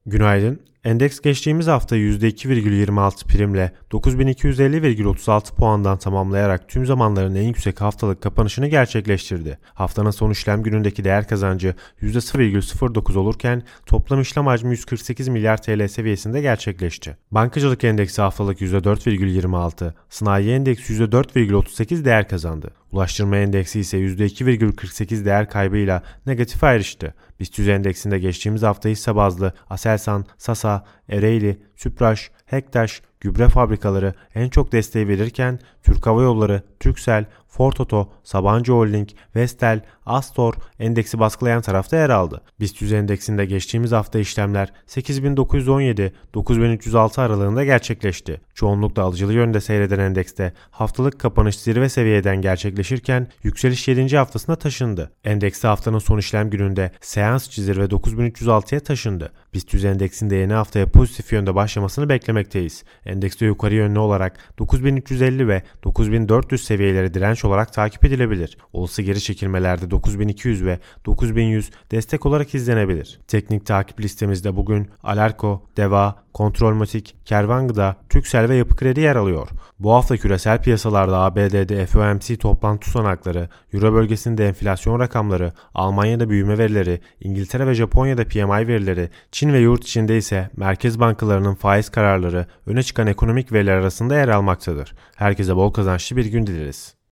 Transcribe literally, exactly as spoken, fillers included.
Günaydın. Endeks geçtiğimiz hafta yüzde iki virgül yirmi altı primle dokuz bin iki yüz elli virgül otuz altı puandan tamamlayarak tüm zamanların en yüksek haftalık kapanışını gerçekleştirdi. Haftanın son işlem günündeki değer kazancı yüzde sıfır virgül sıfır dokuz olurken toplam işlem hacmi yüz kırk sekiz milyar T L seviyesinde gerçekleşti. Bankacılık endeksi haftalık yüzde dört virgül yirmi altı, sanayi endeksi yüzde dört virgül otuz sekiz değer kazandı. Ulaştırma endeksi ise yüzde iki virgül kırk sekiz değer kaybıyla negatif ayrıştı. BIST yüz endeksinde geçtiğimiz hafta hisse bazlı Aselsan, Sasa, Ereğli, Tüpraş, Hektaş, gübre fabrikaları en çok desteği verirken Türk Hava Yolları, Turkcell, Ford Oto, Sabancı Holding, Vestel, Astor endeksi baskılayan tarafta yer aldı. BIST yüz endeksinde geçtiğimiz hafta işlemler sekiz bin dokuz yüz on yedi - dokuz bin üç yüz altı aralığında gerçekleşti. Çoğunlukla alıcılı yönde seyreden endekste haftalık kapanış zirve seviyeden gerçekleşirken yükseliş yedinci haftasına taşındı. Endekste haftanın son işlem gününde seans çizir ve dokuz bin üç yüz altıya taşındı. BIST yüz endeksinde yeni haftaya pozitif yönde başlamasını beklemekteyiz. Endekste yukarı yönlü olarak dokuz bin üç yüz elli ve dokuz bin dört yüz seviyeleri direnç olarak takip edilebilir. Olası geri çekilmelerde dokuz bin iki yüz ve dokuz bin yüz destek olarak izlenebilir. Teknik takip listemizde bugün Alarko, Deva, Kontrolmatik, Kervan Gıda, Turkcell ve Yapı Kredi yer alıyor. Bu hafta küresel piyasalarda A B D'de F O M C toplantı tutanakları, Euro bölgesinde enflasyon rakamları, Almanya'da büyüme verileri, İngiltere ve Japonya'da P M I verileri, Çin ve yurt içinde ise merkez bankalarının faiz kararları öne çıkan ekonomik veriler arasında yer almaktadır. Herkese bol kazançlı bir gün dileriz.